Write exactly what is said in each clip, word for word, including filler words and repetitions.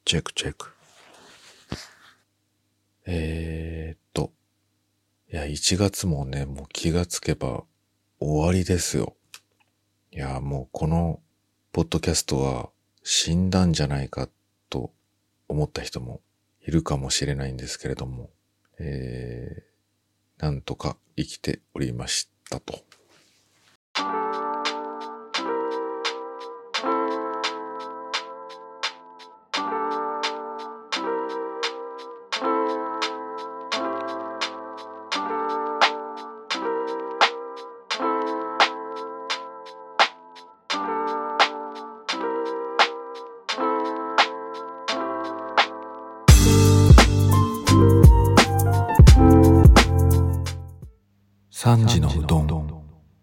チェックチェック。えーっと。いや、いちがつもね、もう気がつけば終わりですよ。いや、もうこのポッドキャストは死んだんじゃないかと思った人もいるかもしれないんですけれども、えー、なんとか生きておりましたと。三時のうどん。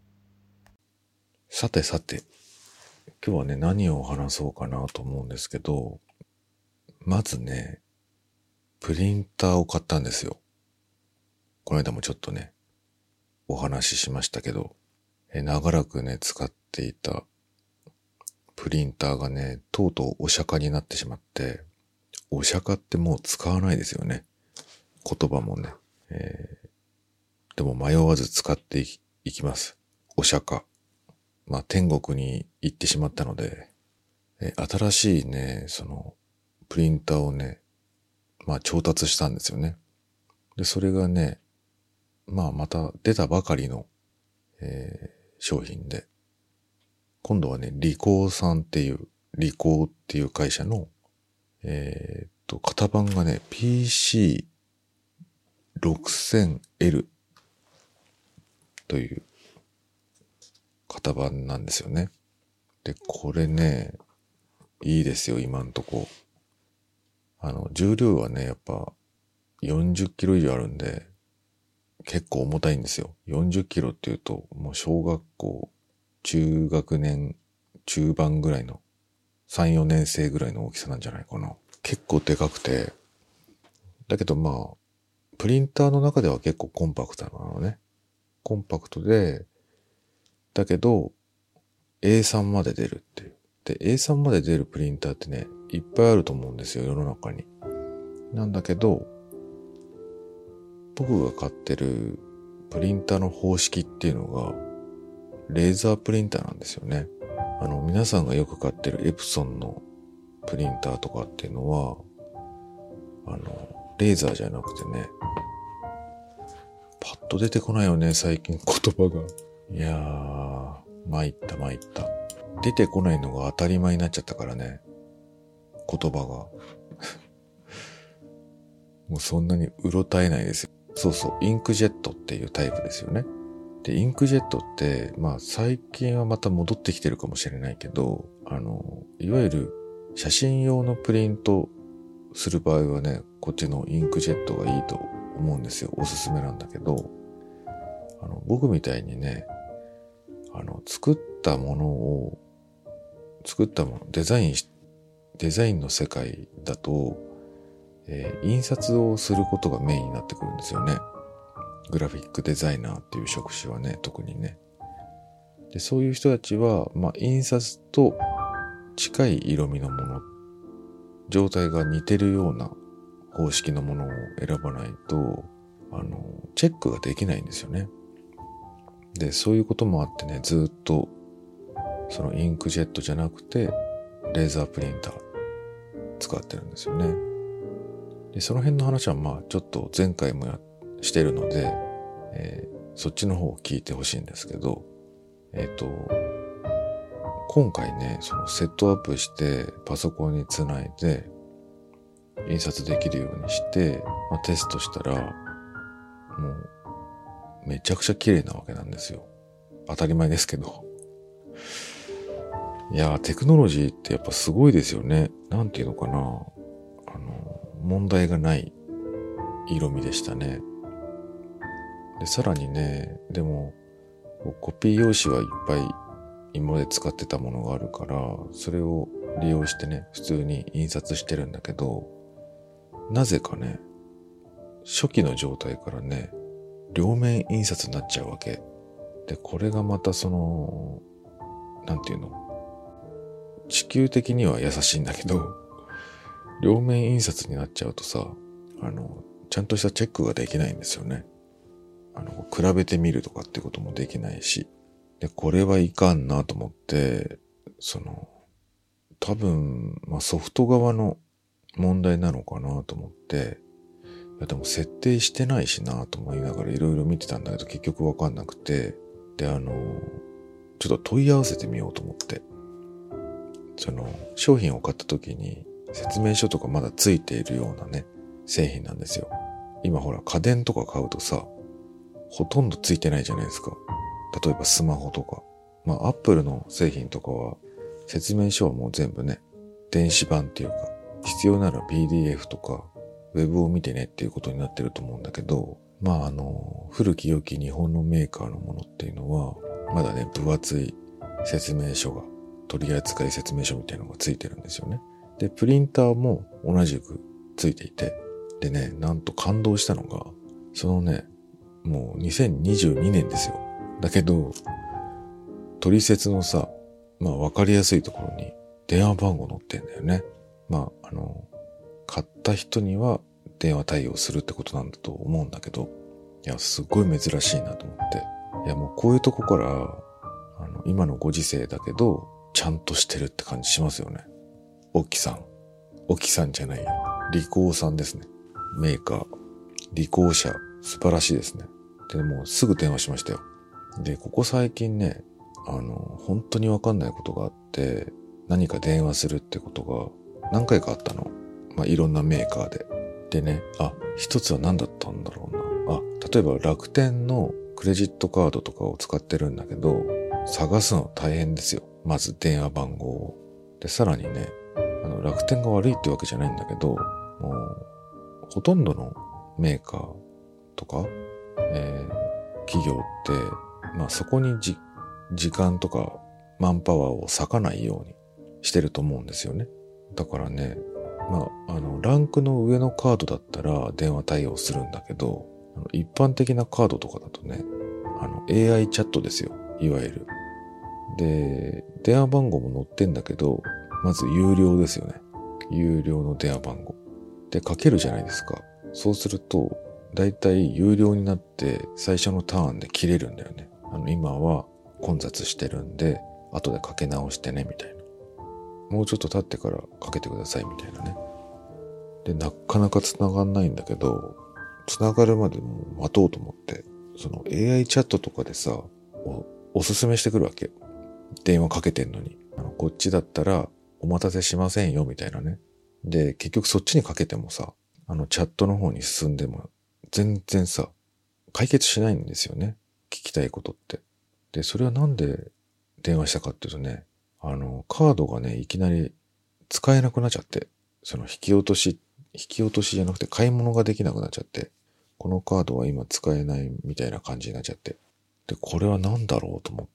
さてさて、今日はね、何を話そうかなと思うんですけど、まずね、プリンターを買ったんですよ。この間もちょっとね、お話ししましたけど、え長らくね、使っていたプリンターがね、とうとうお釈迦になってしまって、お釈迦ってもう使わないですよね。言葉もね。えー、でも迷わず使っていき、いきます。お釈迦。まあ、天国に行ってしまったので、え新しいね、その、プリンターをね、まあ、調達したんですよね。で、それがね、まあ、また出たばかりの、えー商品で、今度はね、リコーさんっていう、リコーっていう会社の、えーっと、型番がね、ピーシーろくせんエル という型番なんですよね。で、これね、いいですよ、今んとこ。あの、重量はね、やっぱよんじゅっキロ以上あるんで、結構重たいんですよ。よんじゅっキロっていうと、もう小学校、中学年、中盤ぐらいの、さん、よねん生ぐらいの大きさなんじゃないかな。結構でかくて、だけどまあ、プリンターの中では結構コンパクトなのね。コンパクトで、だけど、エースリー まで出るっていう。で、エースリー まで出るプリンターってね、いっぱいあると思うんですよ、世の中に。なんだけど、僕が買ってるプリンターの方式っていうのが、レーザープリンターなんですよね。あの、皆さんがよく買ってるエプソンのプリンターとかっていうのは、あの、レーザーじゃなくてね、パッと出てこないよね、最近言葉が。いやー、参った参った。出てこないのが当たり前になっちゃったからね、言葉が。もうそんなにうろたえないですよ。そうそう、インクジェットっていうタイプですよね。で、インクジェットって、まあ最近はまた戻ってきてるかもしれないけど、あの、いわゆる写真用のプリントする場合はね、こっちのインクジェットがいいと思うんですよ。おすすめなんだけど、あの、僕みたいにね、あの、作ったものを、作ったもの、デザインし、デザインの世界だと、えー印刷をすることがメインになってくるんですよね。グラフィックデザイナーっていう職種はね、特にね。で、そういう人たちは、まあ、印刷と近い色味のもの、状態が似てるような方式のものを選ばないと、あの、チェックができないんですよね。で、そういうこともあってね、ずっと、そのインクジェットじゃなくて、レーザープリンター使ってるんですよね。で、その辺の話はまあ、ちょっと前回もやしてるので、えーそっちの方を聞いてほしいんですけど、えっと、今回ね、そのセットアップしてパソコンにつないで印刷できるようにして、まあ、テストしたら、もうめちゃくちゃ綺麗なわけなんですよ。当たり前ですけど。いやー、テクノロジーってやっぱすごいですよね。なんていうのかな。あの、問題がない色味でしたね。で、さらにね、でも、コピー用紙はいっぱい今まで使ってたものがあるから、それを利用してね、普通に印刷してるんだけど、なぜかね、初期の状態からね、両面印刷になっちゃうわけ。で、これがまたその、なんていうの、地球的には優しいんだけど、 両面印刷になっちゃうとさ、あの、ちゃんとしたチェックができないんですよね。あの、比べてみるとかってこともできないし。で、これはいかんなと思って、その、多分、まあ、ソフト側の問題なのかなと思って、いやでも設定してないしなと思いながらいろいろ見てたんだけど結局わかんなくて、で、あの、ちょっと問い合わせてみようと思って、その、商品を買った時に説明書とかまだついているようなね、製品なんですよ。今ほら家電とか買うとさ、ほとんどついてないじゃないですか。例えばスマホとか。まあ、アップルの製品とかは説明書はもう全部ね、電子版っていうか、必要なら ピーディーエフ とか、ウェブを見てねっていうことになってると思うんだけど、まああの、古き良き日本のメーカーのものっていうのは、まだね、分厚い説明書が、取扱説明書みたいなのがついてるんですよね。で、プリンターも同じくついていて、でね、なんと感動したのが、そのね、もうにせんにじゅうにねんですよ。だけど、取説のさ、まあわかりやすいところに電話番号載ってんだよね。まあ、あの、買った人には電話対応するってことなんだと思うんだけど、いや、すごい珍しいなと思って。いや、もうこういうとこから、あの、今のご時世だけど、ちゃんとしてるって感じしますよね。オッキさん。オッキさんじゃないよ。リコーさんですね。メーカー。リコー社。素晴らしいですね。で、もうすぐ電話しましたよ。で、ここ最近ね、あの、本当にわかんないことがあって、何か電話するってことが何回かあったの。まあ、いろんなメーカーで。でね、あ、一つは何だったんだろうな。あ、例えば楽天のクレジットカードとかを使ってるんだけど、探すの大変ですよ。まず電話番号を。で、さらにね、あの、楽天が悪いってわけじゃないんだけど、もう、ほとんどのメーカーとか、えー、企業って、まあそこにじ、時間とかマンパワーを割かないようにしてると思うんですよね。だからね、まあ、あの、ランクの上のカードだったら電話対応するんだけど、あの一般的なカードとかだとね、あの、エーアイ チャットですよ。いわゆる。で、電話番号も載ってんだけど、まず有料ですよね。有料の電話番号。で、かけるじゃないですか。そうすると、だいたい有料になって最初のターンで切れるんだよね。あの、今は混雑してるんで、後でかけ直してね、みたいな。もうちょっと経ってからかけてください、みたいなね。で、なかなか繋がんないんだけど、繋がるまでもう待とうと思って、その エーアイ チャットとかでさ、お、おすすめしてくるわけ。電話かけてんのに。あの、こっちだったらお待たせしませんよ、みたいなね。で、結局そっちにかけてもさ、あの、チャットの方に進んでも、全然さ、解決しないんですよね。聞きたいことって。で、それはなんで電話したかっていうとね、あの、カードがね、いきなり使えなくなっちゃって、その引き落とし、引き落としじゃなくて買い物ができなくなっちゃって、このカードは今使えないみたいな感じになっちゃって。で、これは何だろうと思って、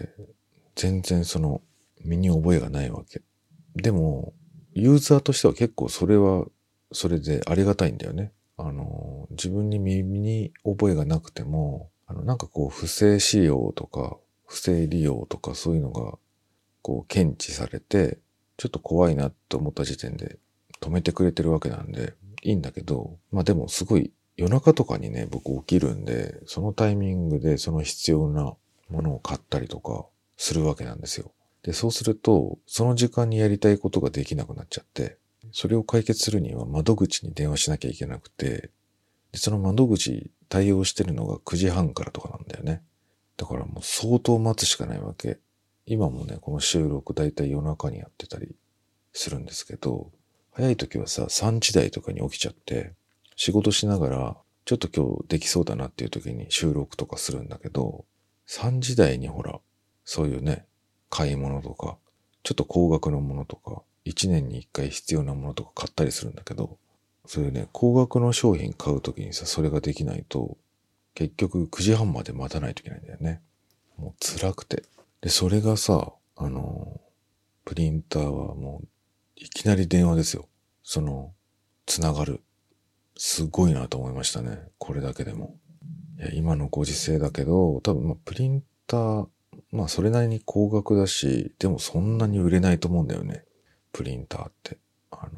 全然その、身に覚えがないわけ。でも、ユーザーとしては結構それは、それでありがたいんだよね。あの、自分に耳に覚えがなくても、あの、なんかこう、不正使用とか、不正利用とかそういうのが、こう、検知されて、ちょっと怖いなと思った時点で止めてくれてるわけなんで、いいんだけど、まあでもすごい夜中とかにね、僕起きるんで、そのタイミングでその必要なものを買ったりとかするわけなんですよ。で、そうすると、その時間にやりたいことができなくなっちゃって、それを解決するには窓口に電話しなきゃいけなくて、でその窓口対応してるのがくじはんからとかなんだよね。だからもう相当待つしかないわけ。今もね、この収録だいたい夜中にやってたりするんですけど、早い時はさ、さんじ台とかに起きちゃって、仕事しながら、ちょっと今日できそうだなっていう時に収録とかするんだけど、さんじ台にほら、そういうね、買い物とか、ちょっと高額のものとか、いちねんにいっかい必要なものとか買ったりするんだけど、そういうね、高額の商品買う時にさ、それができないと、結局くじはんまで待たないといけないんだよね。もう辛くて。で、それがさ、あの、プリンターはもう、いきなり電話ですよ。その、つながる。すごいなと思いましたね。これだけでも。いや、今のご時世だけど、多分まあプリンター、まあそれなりに高額だし、でもそんなに売れないと思うんだよね。プリンターって。あの、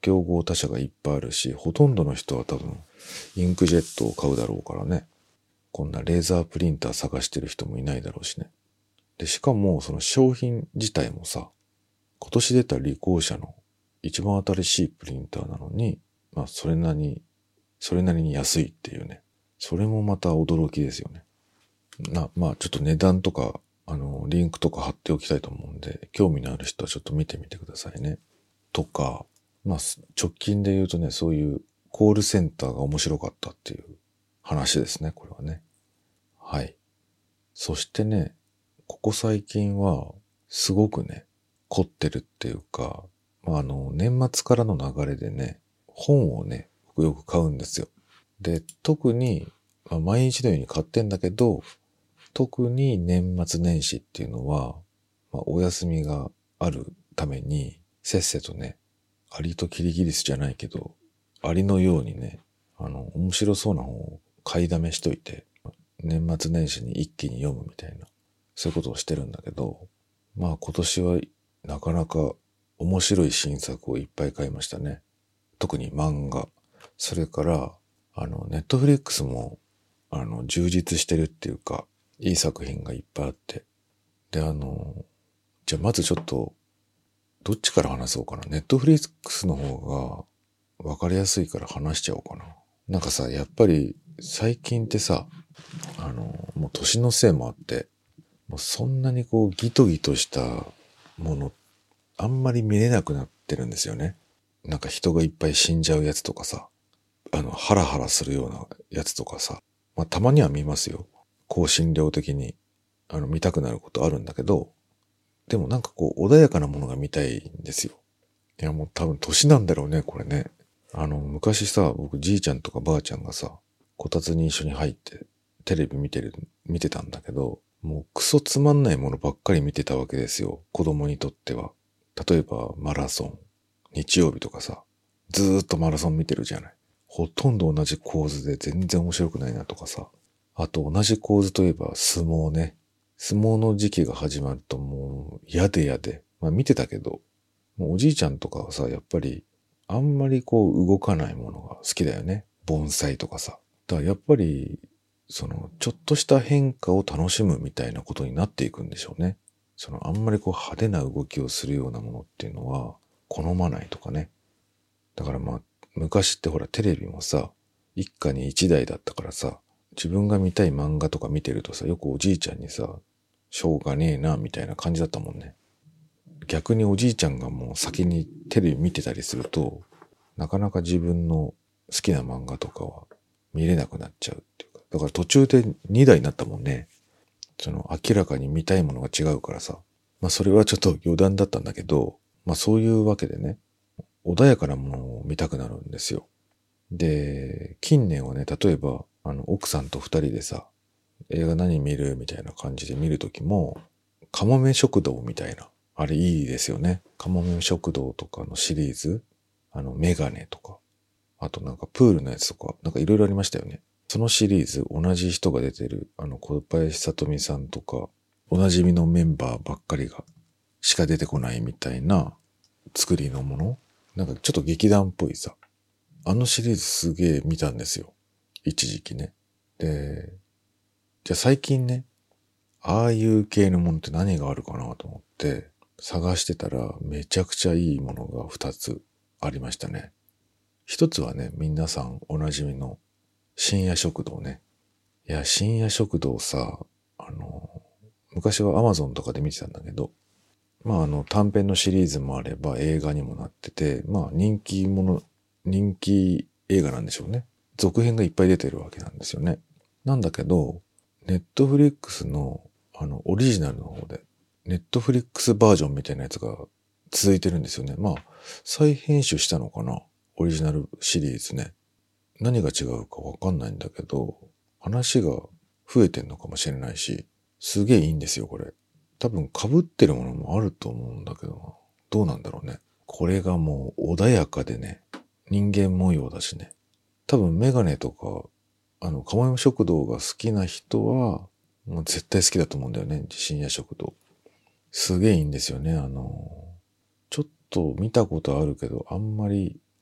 競合他社がいっぱいあるし、ほとんどの人は多分インクジェットを買うだろうからね。こんなレーザープリンター探してる人もいないだろうしね。で、しかもその商品自体もさ、今年出たリコー社の一番新しいプリンターなのに、まあそれなりに、それなりに安いっていうね。それもまた驚きですよね。な、まあちょっと値段とか、あの、リンクとか貼っておきたいと思うんで、興味のある人はちょっと見てみてくださいね。とか、まあ直近で言うとね、そういうコールセンターが面白かったっていう話ですね、これはね。はい。そしてね、ここ最近はすごくね、凝ってるっていうか、まあ、あの、年末からの流れでね、本をね、僕よく買うんですよ。で、特に、まあ、毎日のように買ってんだけど、特に年末年始っていうのは、まあ、お休みがあるために、せっせとね、アリとキリギリスじゃないけど、アリのようにね、あの、面白そうな本を買いだめしといて、年末年始に一気に読むみたいな、そういうことをしてるんだけど、まあ今年はなかなか面白い新作をいっぱい買いましたね。特に漫画。それから、あの、ネットフリックスも、あの、充実してるっていうか、いい作品がいっぱいあって。で、あの、じゃあまずちょっと、どっちから話そうかな。ネットフリックスの方がわかりやすいから話しちゃおうかな。なんかさ、やっぱり最近ってさ、あの、もう年のせいもあって、もうそんなにこうギトギトしたもの、あんまり見れなくなってるんですよね。なんか人がいっぱい死んじゃうやつとかさ、あの、ハラハラするようなやつとかさ、まあたまには見ますよ。香辛料的に、あの、見たくなることあるんだけど、でもなんかこう穏やかなものが見たいんですよ。いやもう多分年なんだろうね、これね。あの、昔さ、僕じいちゃんとかばあちゃんがさ、こたつに一緒に入ってテレビ見てる、見てたんだけど、もうクソつまんないものばっかり見てたわけですよ。子供にとっては。例えばマラソン。日曜日とかさ、ずーっとマラソン見てるじゃない。ほとんど同じ構図で全然面白くないなとかさ。あと同じ構図といえば相撲ね。相撲の時期が始まるともう嫌で嫌で。まあ見てたけど、もうおじいちゃんとかはさ、やっぱりあんまりこう動かないものが好きだよね。盆栽とかさ。だからやっぱり、その、ちょっとした変化を楽しむみたいなことになっていくんでしょうね。その、あんまりこう派手な動きをするようなものっていうのは好まないとかね。だからまあ、昔ってほらテレビもさ、一家に一台だったからさ、自分が見たい漫画とか見てるとさ、よくおじいちゃんにさ、しょうがねえな、みたいな感じだったもんね。逆におじいちゃんがもう先にテレビ見てたりすると、なかなか自分の好きな漫画とかは見れなくなっちゃうっていうか。だから途中でにだいになったもんね。その明らかに見たいものが違うからさ。まあそれはちょっと余談だったんだけど、まあそういうわけでね、穏やかなものを見たくなるんですよ。で、近年はね、例えば、あの、奥さんと二人でさ、映画何見るみたいな感じで見るときも、カモメ食堂みたいな、あれいいですよね。カモメ食堂とかのシリーズ、あの、メガネとか、あとなんかプールのやつとか、なんかいろいろありましたよね。そのシリーズ、同じ人が出てる、あの、小林聡美さんとか、おなじみのメンバーばっかりが、しか出てこないみたいな作りのもの。なんかちょっと劇団っぽいさ。あのシリーズすげえ見たんですよ。一時期ね。で、じゃあ最近ね、ああいう系のものって何があるかなと思って探してたらめちゃくちゃいいものが二つありましたね。一つはね、皆さんおなじみの深夜食堂ね。いや、深夜食堂さ、あの、昔は Amazon とかで見てたんだけど、まああの短編のシリーズもあれば映画にもなってて、まあ人気もの、人気映画なんでしょうね。続編がいっぱい出てるわけなんですよね。なんだけど、ネットフリックスのあのオリジナルの方で、ネットフリックスバージョンみたいなやつが続いてるんですよね。まあ、再編集したのかな、オリジナルシリーズね。何が違うかわかんないんだけど、話が増えてんのかもしれないし、すげえいいんですよ、これ。多分被ってるものもあると思うんだけどな。どうなんだろうね。これがもう穏やかでね、人間模様だしね。多分メガネとか、あの、かまよ食堂が好きな人は、もう絶対好きだと思うんだよね。深夜食堂。すげえいいんですよね。あの、ちょっと見たことあるけど、あんまり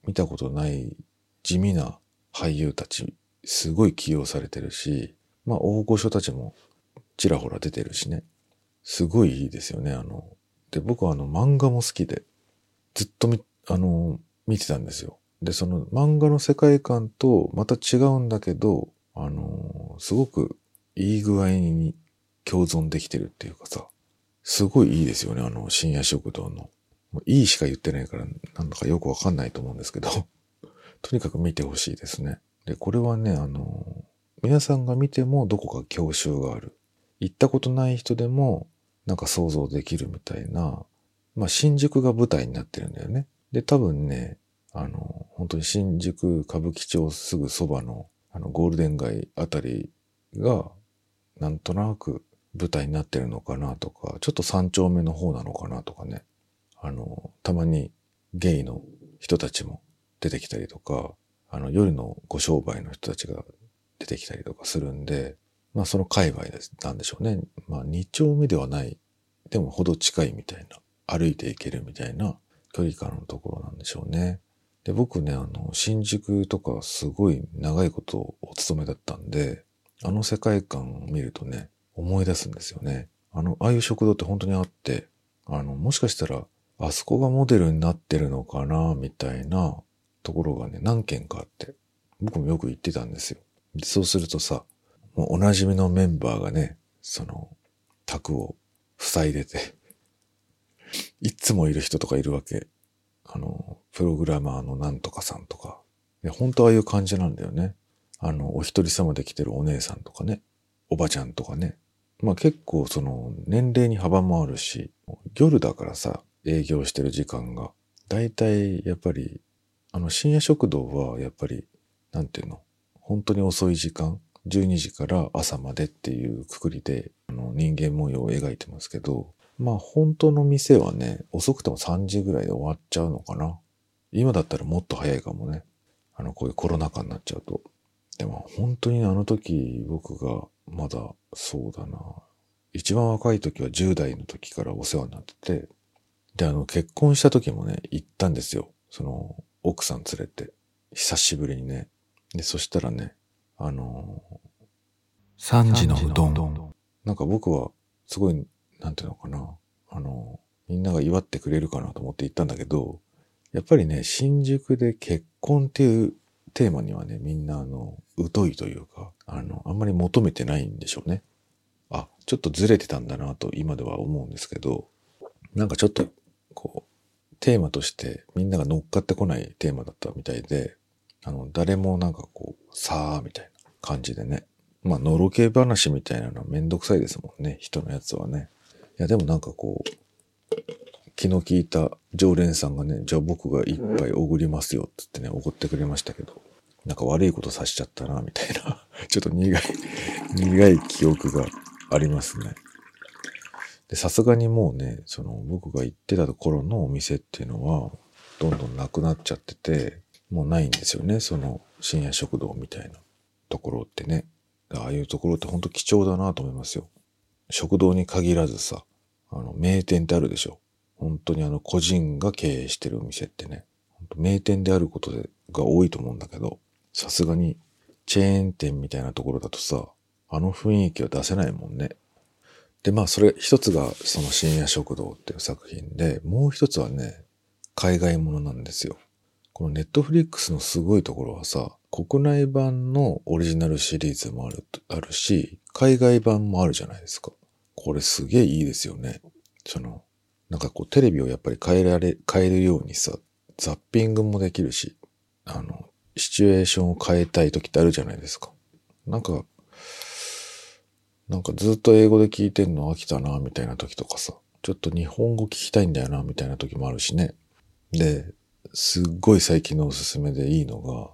見たことない地味な俳優たちすごい起用されてるし、まあ大御所たちもちらほら出てるしね。すごいいいですよね。あの、で、僕はあの漫画も好きで、ずっとみ、あの、見てたんですよ。で、その漫画の世界観とまた違うんだけど、あの、すごくいい具合に共存できてるっていうかさ、すごいいいですよね。あの、深夜食堂の。もういいしか言ってないから、なんだかよくわかんないと思うんですけど、とにかく見てほしいですね。で、これはね、あの、皆さんが見てもどこか郷愁がある。行ったことない人でもなんか想像できるみたいな、まあ新宿が舞台になってるんだよね。で、多分ね、あの、本当に新宿歌舞伎町すぐそばのあのゴールデン街あたりがなんとなく舞台になってるのかなとか、ちょっと三丁目の方なのかなとかね。あの、たまにゲイの人たちも出てきたりとか、あの夜のご商売の人たちが出てきたりとかするんで、まあその界隈ですなんでしょうね。まあ二丁目ではない、でもほど近いみたいな、歩いていけるみたいな距離感のところなんでしょうね。で、僕ね、あの、新宿とかすごい長いことお勤めだったんで、あの世界観を見るとね、思い出すんですよね。あの、ああいう食堂って本当にあって、あの、もしかしたら、あそこがモデルになってるのかな、みたいなところがね、何軒かあって、僕もよく行ってたんですよ。でそうするとさ、もうおなじみのメンバーがね、その、卓を塞いでて、いつもいる人とかいるわけ。あの、プログラマーのなんとかさんとか。いや、本当ああいう感じなんだよね。あの、お一人様で来てるお姉さんとかね、おばちゃんとかね。まあ結構その、年齢に幅もあるし、夜だからさ、営業してる時間が。だいたいやっぱり、あの、深夜食堂はやっぱり、なんていうの、本当に遅い時間、じゅうにじから朝までっていうくくりで、あの、人間模様を描いてますけど、まあ本当の店はね、遅くてもさんじぐらいで終わっちゃうのかな。今だったらもっと早いかもね。あの、こういうコロナ禍になっちゃうと。でも本当にあの時僕がまだそうだな。一番若い時はじゅう代の時からお世話になってて、で、あの結婚した時もね、行ったんですよ。その奥さん連れて。久しぶりにね。で、そしたらね、あのー、さんじのうどん。なんか僕はすごい、なんていうのかな。あのー、みんなが祝ってくれるかなと思って行ったんだけど、やっぱりね、新宿で結婚っていうテーマにはね、みんなあの、疎いというか、あの、あんまり求めてないんでしょうね。あ、ちょっとずれてたんだなと今では思うんですけど、なんかちょっと、こう、テーマとしてみんなが乗っかってこないテーマだったみたいで、あの、誰もなんかこう、さあ、みたいな感じでね。まあ、のろけ話みたいなのはめんどくさいですもんね、人のやつはね。いや、でもなんかこう、気の利いた常連さんがね、じゃあ僕が一杯おごりますよって言ってね、おごってくれましたけど、なんか悪いことさしちゃったな、みたいな。ちょっと苦い、苦い記憶がありますね。で、さすがにもうね、その僕が行ってた頃のお店っていうのは、どんどんなくなっちゃってて、もうないんですよね、その深夜食堂みたいなところってね。ああいうところってほんと貴重だなと思いますよ。食堂に限らずさ、あの、名店ってあるでしょ。本当にあの、個人が経営してるお店ってね、本当名店であることでが多いと思うんだけど、さすがにチェーン店みたいなところだとさ、あの雰囲気は出せないもんね。で、まあ、それ一つがその深夜食堂っていう作品で、もう一つはね、海外ものなんですよ。このネットフリックスのすごいところはさ、国内版のオリジナルシリーズもある、あるし、海外版もあるじゃないですか。これすげえいいですよね。その、なんかこうテレビをやっぱり変えられ、変えるようにさ、ザッピングもできるし、あの、シチュエーションを変えたい時ってあるじゃないですか。なんか、なんかずっと英語で聞いてんの飽きたな、みたいな時とかさ、ちょっと日本語聞きたいんだよな、みたいな時もあるしね。で、すっごい最近のおすすめでいいのが、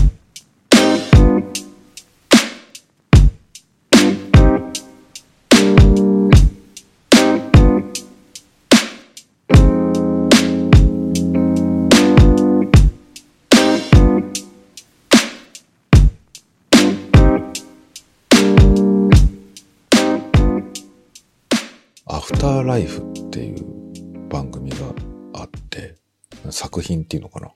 アフターライフっていう番組があって、作品っていうのかな。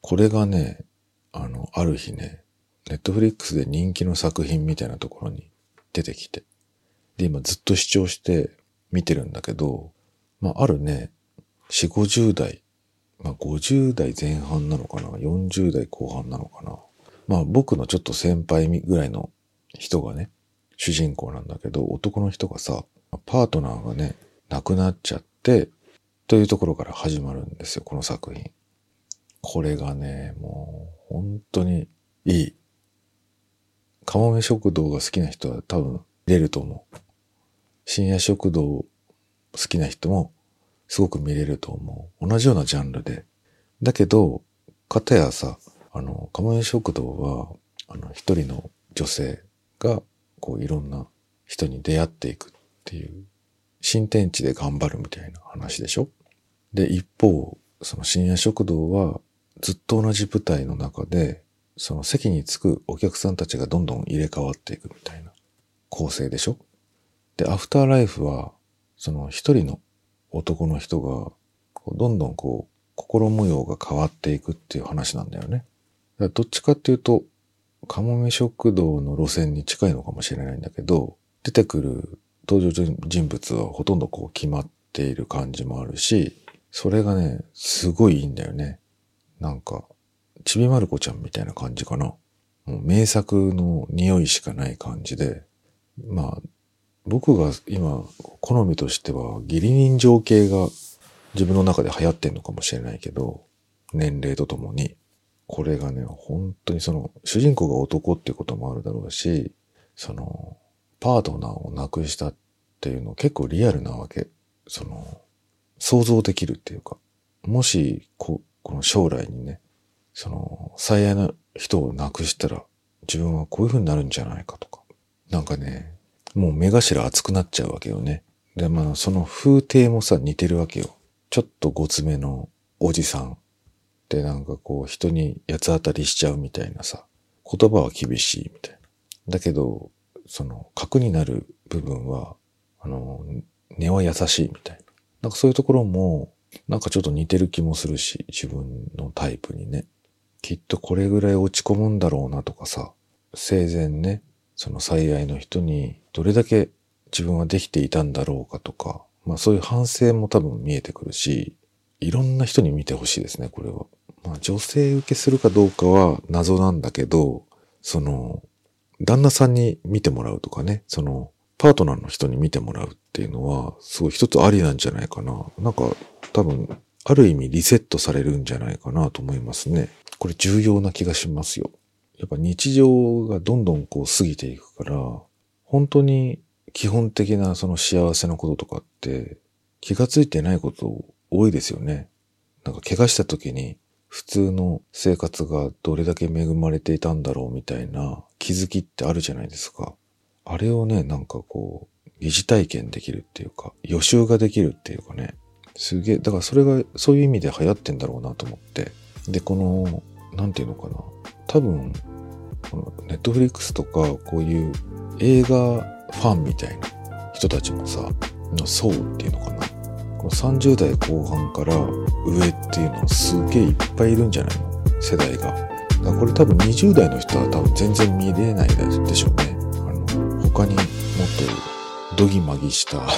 これがね、あの、ある日ね、ネットフリックスで人気の作品みたいなところに出てきて、で、今ずっと視聴して見てるんだけど、まあ、あるね、よんじゅう、ごじゅう代、まあ、ごじゅう代前半なのかな、よんじゅう代後半なのかな。まあ、僕のちょっと先輩ぐらいの人がね、主人公なんだけど、男の人がさ、パートナーがね、亡くなっちゃって、というところから始まるんですよ、この作品。これがね、もう、本当にいい。かもめ食堂が好きな人は多分見れると思う。深夜食堂好きな人もすごく見れると思う。同じようなジャンルで。だけど、かたやさ、あの、かもめ食堂は、あの、一人の女性が、こういろんな人に出会っていくっていう、新天地で頑張るみたいな話でしょ？で、一方、その深夜食堂は、ずっと同じ舞台の中で、その席に着くお客さんたちがどんどん入れ替わっていくみたいな構成でしょ？で、アフターライフは、その一人の男の人が、こうどんどんこう、心模様が変わっていくっていう話なんだよね。だからどっちかっていうと、かもめ食堂の路線に近いのかもしれないんだけど、出てくる登場人物はほとんどこう決まっている感じもあるし、それがね、すごいいいんだよね。なんか、ちびまる子ちゃんみたいな感じかな。もう名作の匂いしかない感じで、まあ、僕が今、好みとしては、義理人情系が自分の中で流行ってんのかもしれないけど、年齢とともに、これがね、本当にその、主人公が男っていうこともあるだろうし、その、パートナーを亡くしたっていうの結構リアルなわけ。その、想像できるっていうか、もし、こ、この将来にね、その、最愛の人を亡くしたら、自分はこういう風になるんじゃないかとか。なんかね、もう目頭熱くなっちゃうわけよね。で、まあ、その風景もさ、似てるわけよ。ちょっとごつめのおじさん。で、なんかこう、人に八つ当たりしちゃうみたいなさ、言葉は厳しいみたいな。だけど、その、核になる部分は、あの、根は優しいみたいな。なんかそういうところも、なんかちょっと似てる気もするし、自分のタイプにね。きっとこれぐらい落ち込むんだろうなとかさ、生前ね、その最愛の人にどれだけ自分はできていたんだろうかとか、まあそういう反省も多分見えてくるし、いろんな人に見てほしいですね、これは。まあ女性受けするかどうかは謎なんだけど、その、旦那さんに見てもらうとかね、その、パートナーの人に見てもらうっていうのは、すごい一つありなんじゃないかな。なんか、多分、ある意味リセットされるんじゃないかなと思いますね。これ重要な気がしますよ。やっぱ日常がどんどんこう過ぎていくから、本当に基本的なその幸せなこととかって気がついてないこと多いですよね。なんか怪我した時に普通の生活がどれだけ恵まれていたんだろうみたいな気づきってあるじゃないですか。あれをね、なんかこう、疑似体験できるっていうか、予習ができるっていうかね。すげえ、だからそれがそういう意味で流行ってんだろうなと思って。で、この、なんていうのかな。多分、このネットフリックスとかこういう映画ファンみたいな人たちもさ、の層っていうのかな。このさんじゅう代後半から上っていうのはすげえいっぱいいるんじゃないの？世代が。だからこれ多分にじゅう代の人は多分全然見れないでしょうね。あの、他にもっとドギマギした、あ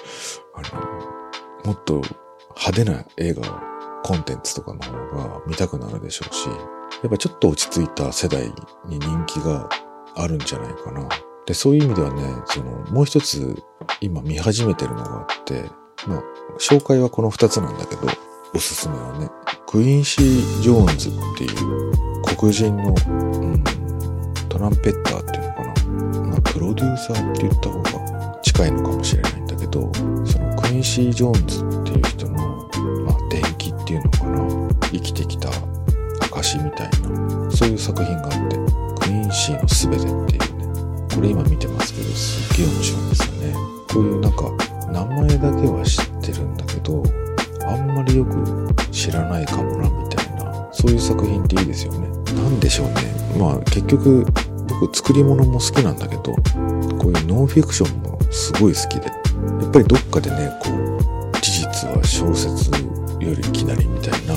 の、もっと派手な映画をコンテンツとかの方が見たくなるでしょうし、やっぱちょっと落ち着いた世代に人気があるんじゃないかな。で、そういう意味ではね、その、もう一つ今見始めてるのがあって、まあ、紹介はこの二つなんだけど、おすすめはね、クインシー・ジョーンズっていう黒人の、うん、トランペッターっていうのかな。まあ、プロデューサーって言った方が近いのかもしれないんだけど、そのクインシー・ジョーンズっていう人の、まあ、伝記っていうのかな。生きてきた証みたいな、そういう作品があって、クインシーのすべてっていうね、これ今見てますけど、すっげえ面白いんですよね。こういうなんか、名前だけは知ってるんだけど、あんまりよく知らないかもな、みたいな、そういう作品っていいですよね。なんでしょうね。まあ結局、僕作り物も好きなんだけど、こういうノンフィクションもすごい好きで、やっぱりどっかでね、こう、事実は小説よりきなりみたいな、フ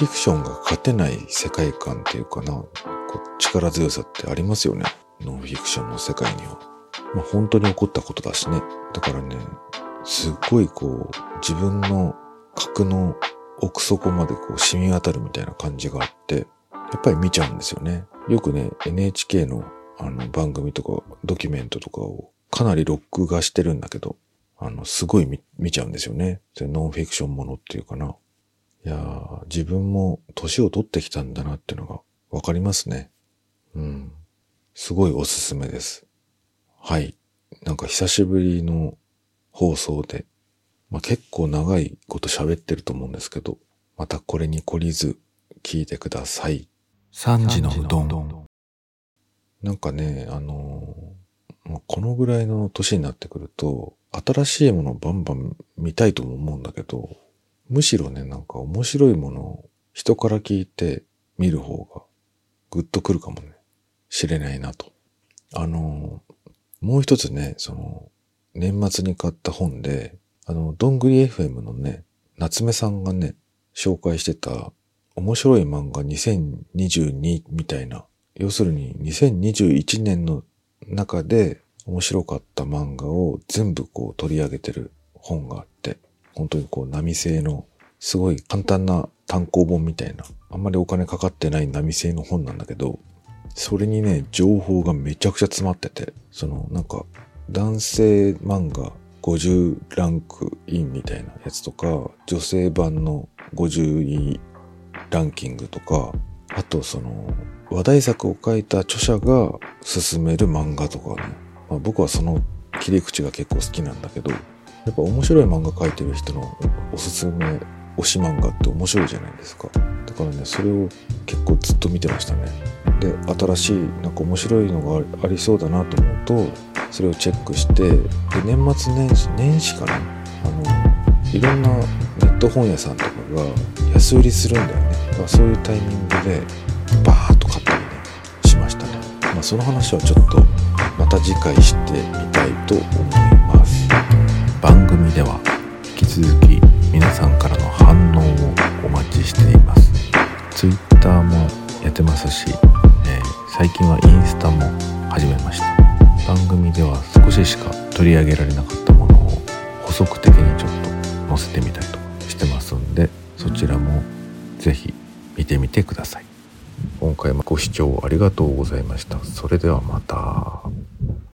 フィクションが勝てない世界観っていうかな、こう力強さってありますよね。ノンフィクションの世界には。まあ本当に起こったことだしね。だからね、すっごいこう自分の核の奥底までこう染み渡るみたいな感じがあって、やっぱり見ちゃうんですよね。よくね、エヌエイチケー のあの番組とかドキュメントとかをかなり録画してるんだけど、あの、すごい 見, 見ちゃうんですよね。ノンフィクションものっていうかな。いやー、自分も年を取ってきたんだなっていうのがわかりますね。うん。すごいおすすめです。はい。なんか久しぶりの放送で、まあ、結構長いこと喋ってると思うんですけど、またこれに懲りず聞いてください。 三時のうどん。 なんかね、あのー、もうこのぐらいの年になってくると、新しいものをバンバン見たいとも思うんだけど、むしろね、なんか面白いものを人から聞いて見る方がグッとくるかもね、しれないなと。あのー、もう一つね、その、年末に買った本で、あの、どんぐり エフエム のね、夏目さんがね、紹介してた面白い漫画にせんにじゅうにみたいな、要するににせんにじゅういちねんの中で面白かった漫画を全部こう取り上げてる本があって、本当にこう波製のすごい簡単な単行本みたいな、あんまりお金かかってない波製の本なんだけど、それにね、情報がめちゃくちゃ詰まってて、そのなんか男性漫画ごじゅうランクインみたいなやつとか、女性版のごじゅういランキングとか、あとその話題作を書いた著者が勧める漫画とかね、まあ、僕はその切り口が結構好きなんだけど、やっぱ面白い漫画描いてる人のおすすめ推し漫画って面白いじゃないですか。だからね、それを結構ずっと見てましたね。で、新しいなんか面白いのがありそうだなと思うと、それをチェックして、で、年末年始、年始かな、あの、いろんなネット本屋さんとかが安売りするんだよね。だからそういうタイミングでバーッと買ったりね、しましたね。まあその話はちょっとまた次回してみたいと思います。 番組では引き続き皆さんからの反応をお待ちしています。ツイッターもやってますし、えー、最近はインスタも始めました。番組では少ししか取り上げられなかったものを補足的にちょっと載せてみたりとかしてますんで、そちらもぜひ見てみてください。今回もご視聴ありがとうございました。それではまた。